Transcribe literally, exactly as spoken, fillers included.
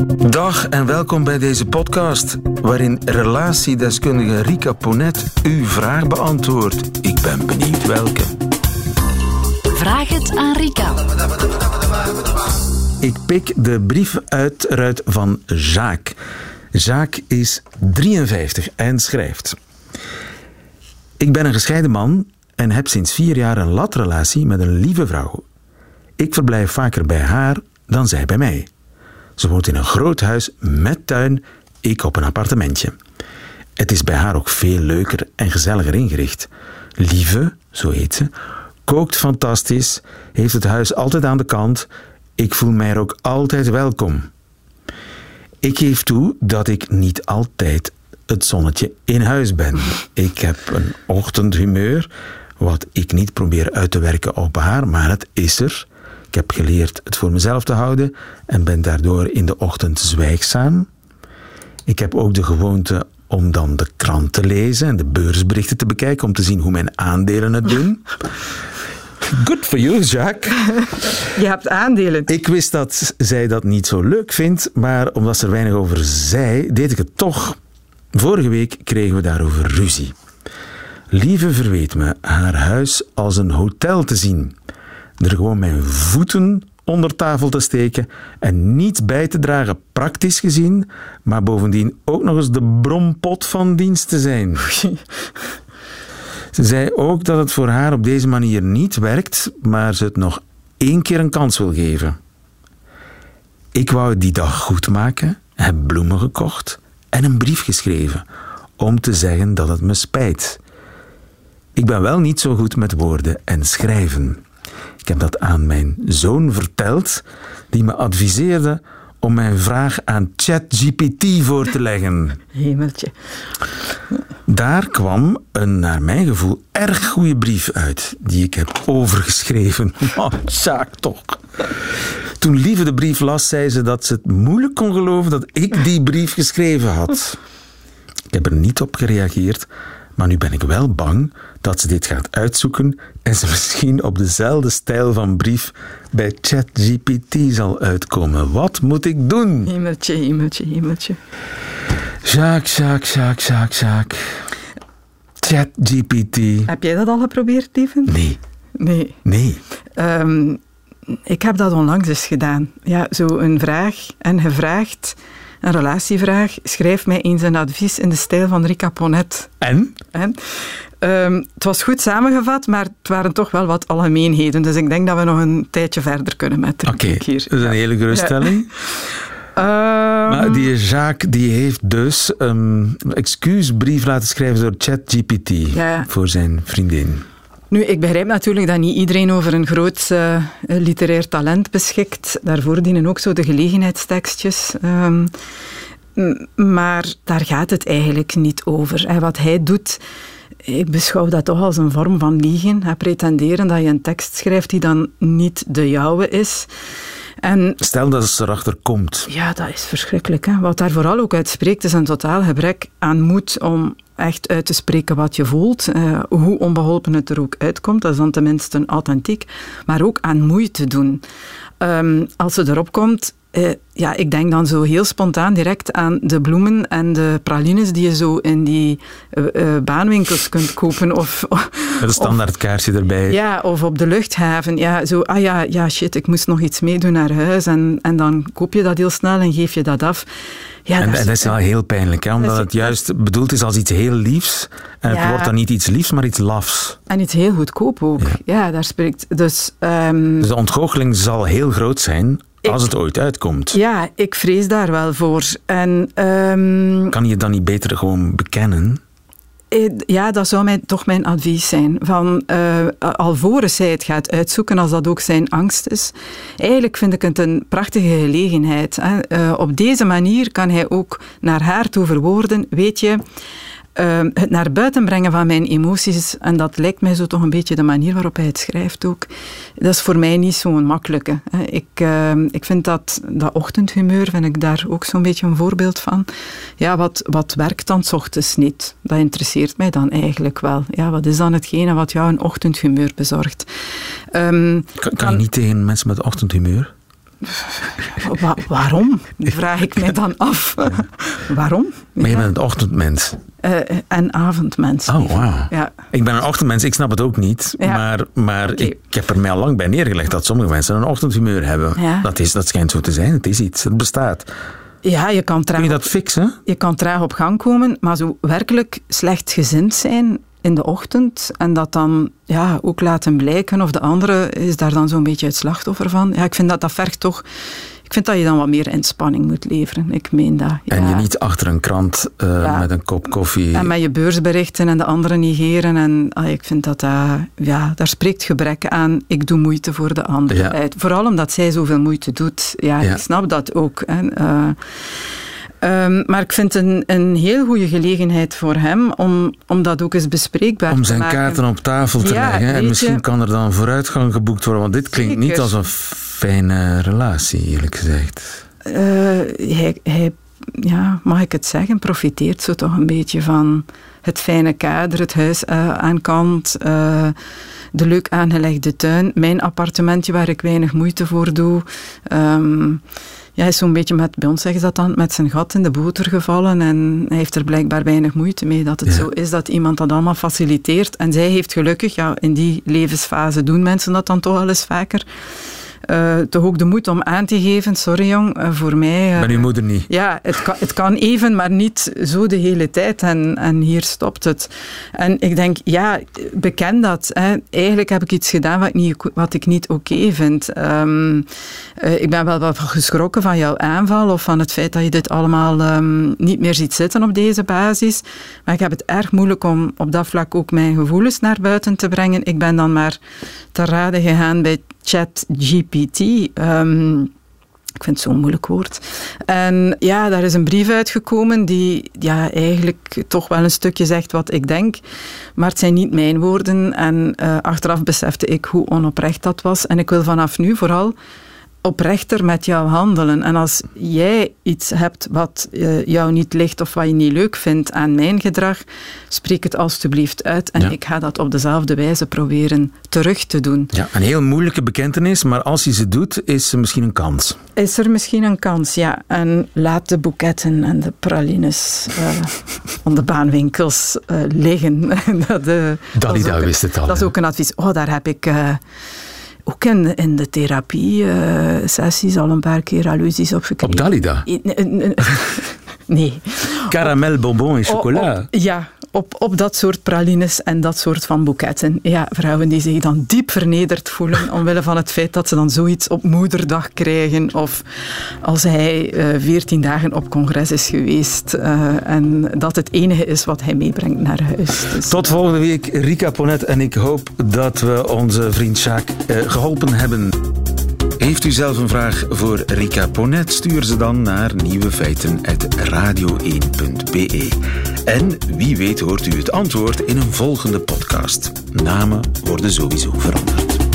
Dag en welkom bij deze podcast, waarin relatiedeskundige Rika Ponet uw vraag beantwoordt. Ik ben benieuwd welke. Vraag het aan Rika. Ik pik de brief uit eruit van Jacques. Jacques is drieënvijftig en schrijft: Ik ben een gescheiden man en heb sinds vier jaar een latrelatie met een lieve vrouw. Ik verblijf vaker bij haar dan zij bij mij. Ze woont in een groot huis met tuin, ik op een appartementje. Het is bij haar ook veel leuker en gezelliger ingericht. Lieve, zo heet ze, kookt fantastisch, heeft het huis altijd aan de kant. Ik voel mij er ook altijd welkom. Ik geef toe dat ik niet altijd het zonnetje in huis ben. Ik heb een ochtendhumeur, wat ik niet probeer uit te werken op haar, maar het is er. Ik heb geleerd het voor mezelf te houden en ben daardoor in de ochtend zwijgzaam. Ik heb ook de gewoonte om dan de krant te lezen en de beursberichten te bekijken om te zien hoe mijn aandelen het doen. Good for you, Jacques. Je hebt aandelen. Ik wist dat zij dat niet zo leuk vindt, maar omdat ze er weinig over zei, deed ik het toch. Vorige week kregen we daarover ruzie. Lieve verweet me haar huis als een hotel te zien. Er gewoon mijn voeten onder tafel te steken en niets bij te dragen, praktisch gezien, maar bovendien ook nog eens de brompot van dienst te zijn. Ze zei ook dat het voor haar op deze manier niet werkt, maar ze het nog één keer een kans wil geven. Ik wou het die dag goed maken, heb bloemen gekocht en een brief geschreven om te zeggen dat het me spijt. Ik ben wel niet zo goed met woorden en schrijven. Ik heb dat aan mijn zoon verteld, die me adviseerde om mijn vraag aan ChatGPT voor te leggen. Hemeltje. Daar kwam een, naar mijn gevoel, erg goede brief uit, die ik heb overgeschreven. Oh, Sjaak toch. Toen Lieve de brief las, zei ze dat ze het moeilijk kon geloven dat ik die brief geschreven had. Ik heb er niet op gereageerd, maar nu ben ik wel bang dat ze dit gaat uitzoeken en ze misschien op dezelfde stijl van brief bij ChatGPT zal uitkomen. Wat moet ik doen? Hemeltje, hemeltje, hemeltje. Jacques, Jacques, Jacques, Jacques, Jacques. ChatGPT. Heb jij dat al geprobeerd, lieve? Nee. Nee. Nee. Um, ik heb dat onlangs eens gedaan. Ja, zo een vraag en gevraagd, een relatievraag. Schrijf mij eens een advies in de stijl van Rika Ponet. En? En um, het was goed samengevat, maar het waren toch wel wat algemeenheden. Dus ik denk dat we nog een tijdje verder kunnen met de Oké, hier. dat is een hele geruststelling. Ja. Um, maar die Jacques die heeft dus een excuusbrief laten schrijven door ChatGPT ja. voor zijn vriendin. Nu, ik begrijp natuurlijk dat niet iedereen over een groot uh, literair talent beschikt. Daarvoor dienen ook zo de gelegenheidstekstjes. Um, maar daar gaat het eigenlijk niet over. En wat hij doet, ik beschouw dat toch als een vorm van liegen. Hij pretenderen dat je een tekst schrijft die dan niet de jouwe is. En, stel dat ze erachter komt. Ja, dat is verschrikkelijk. Hè? Wat daar vooral ook uit spreekt, is een totaal gebrek aan moed om echt uit te spreken wat je voelt. Uh, hoe onbeholpen het er ook uitkomt, dat is dan tenminste authentiek. Maar ook aan moeite doen. Um, als ze erop komt, uh, ja, ik denk dan zo heel spontaan direct aan de bloemen en de pralines die je zo in die uh, uh, baanwinkels kunt kopen. Of, Met een standaard kaarsje erbij. Ja, of op de luchthaven. Ja, zo, ah ja, ja, shit, ik moest nog iets meedoen naar huis. En, en dan koop je dat heel snel en geef je dat af. Ja, en dat, is, is, dat is wel heel pijnlijk, hè? Omdat is, het juist bedoeld is als iets heel liefs. En ja, het wordt dan niet iets liefs, maar iets lafs. En iets heel goedkoop ook. Ja, ja daar spreekt... Dus, um, dus de ontgoocheling zal heel groot zijn als ik, het ooit uitkomt. Ja, ik vrees daar wel voor. En, um, kan je het dan niet beter gewoon bekennen? Ja, dat zou mij, toch mijn advies zijn. Van, uh, alvorens hij het gaat uitzoeken, als dat ook zijn angst is. Eigenlijk vind ik het een prachtige gelegenheid. Hè. Uh, op deze manier kan hij ook naar haar toe verwoorden. Weet je, uh, het naar buiten brengen van mijn emoties, en dat lijkt mij zo toch een beetje de manier waarop hij het schrijft ook, dat is voor mij niet zo'n makkelijke. Hè. Ik, uh, ik vind dat, dat ochtendhumeur, vind ik daar ook zo'n beetje een voorbeeld van. Ja, wat, wat werkt dan 's ochtends niet? Dat interesseert mij dan eigenlijk wel. Ja, wat is dan hetgene wat jou een ochtendhumeur bezorgt? Um, kan, kan je niet tegen mensen met ochtendhumeur? Wa- waarom? Vraag ik mij dan af. Waarom? Maar je Ja. bent een ochtendmens. Uh, en avondmens. Oh, wauw. Ja. Ik ben een ochtendmens, ik snap het ook niet. Ja. Maar, maar Okay. ik heb er mij al lang bij neergelegd dat sommige mensen een ochtendhumeur hebben. Ja. Dat, is, dat schijnt zo te zijn. Het is iets, het bestaat. Ja, je kan, traag Kun je op, dat fixen? je kan traag op gang komen, maar zo werkelijk slechtgezind zijn in de ochtend en dat dan ja, ook laten blijken of de andere is daar dan zo'n beetje het slachtoffer van. Ja, ik vind dat dat vergt toch... Ik vind dat je dan wat meer inspanning moet leveren. Ik meen dat. Ja. En je niet achter een krant uh, Ja. met een kop koffie... En met je beursberichten en de anderen negeren. En ah, ik vind dat, uh, ja, daar spreekt gebrek aan. Ik doe moeite voor de ander Ja. uit. Vooral omdat zij zoveel moeite doet. Ja, Ja. ik snap dat ook. Hè. Uh, Um, maar ik vind het een, een heel goede gelegenheid voor hem om, om dat ook eens bespreekbaar Om te zijn maken. kaarten op tafel te Ja, leggen. En weet misschien je- kan er dan vooruitgang geboekt worden. Want dit klinkt Zeker. niet als een fijne relatie, eerlijk gezegd. Uh, hij, hij, ja, mag ik het zeggen, profiteert zo toch een beetje van het fijne kader, het huis uh, aan kant, uh, de leuk aangelegde tuin, mijn appartementje waar ik weinig moeite voor doe. Um, ja, hij is zo'n beetje met, bij ons zeggen ze dat dan, met zijn gat in de boter gevallen en hij heeft er blijkbaar weinig moeite mee dat het Ja. zo is dat iemand dat allemaal faciliteert. En zij heeft gelukkig, ja, in die levensfase doen mensen dat dan toch wel eens vaker, uh, toch ook de moed om aan te geven, sorry jong, uh, voor mij... Uh, Ben uw moeder niet? ja, het kan, het kan even, maar niet zo de hele tijd. En, en hier stopt het. En ik denk, ja, beken dat. Hè. Eigenlijk heb ik iets gedaan wat ik niet, wat ik niet oké vind. Um, uh, ik ben wel wat geschrokken van jouw aanval of van het feit dat je dit allemaal um, niet meer ziet zitten op deze basis. Maar ik heb het erg moeilijk om op dat vlak ook mijn gevoelens naar buiten te brengen. Ik ben dan maar te raden gegaan bij ChatGPT. Um, Ik vind het zo'n moeilijk woord. En ja, daar is een brief uitgekomen die ja, eigenlijk toch wel een stukje zegt wat ik denk. Maar het zijn niet mijn woorden. En uh, achteraf besefte ik hoe onoprecht dat was. En ik wil vanaf nu vooral oprechter met jou handelen. En als jij iets hebt wat uh, jou niet ligt of wat je niet leuk vindt aan mijn gedrag, spreek het alstublieft uit. En Ja. ik ga dat op dezelfde wijze proberen terug te doen. Ja, een heel moeilijke bekentenis, maar als hij ze doet, is er misschien een kans. Is er misschien een kans, ja. En laat de boeketten en de pralines uh, van de baanwinkels uh, liggen. dat, uh, dat, is Dalida ook, wist het al. dat is hè? ook een advies. Oh, daar heb ik uh, ook in, in de therapie-sessies uh, al een paar keer allusies op gekregen. Op Dalida? Nee. Caramel, bonbon en Op- chocola. op- ja, op, op dat soort pralines en dat soort van boeketten. Ja, vrouwen die zich dan diep vernederd voelen omwille van het feit dat ze dan zoiets op moederdag krijgen of als hij veertien uh, dagen op congres is geweest uh, en dat het enige is wat hij meebrengt naar huis. Dus, Tot volgende week, Rika Ponet. En ik hoop dat we onze vriend Sjaak uh, geholpen hebben. Heeft u zelf een vraag voor Rika Ponet? Stuur ze dan naar nieuwefeiten apenstaartje radio één punt b e. En wie weet hoort u het antwoord in een volgende podcast. Namen worden sowieso veranderd.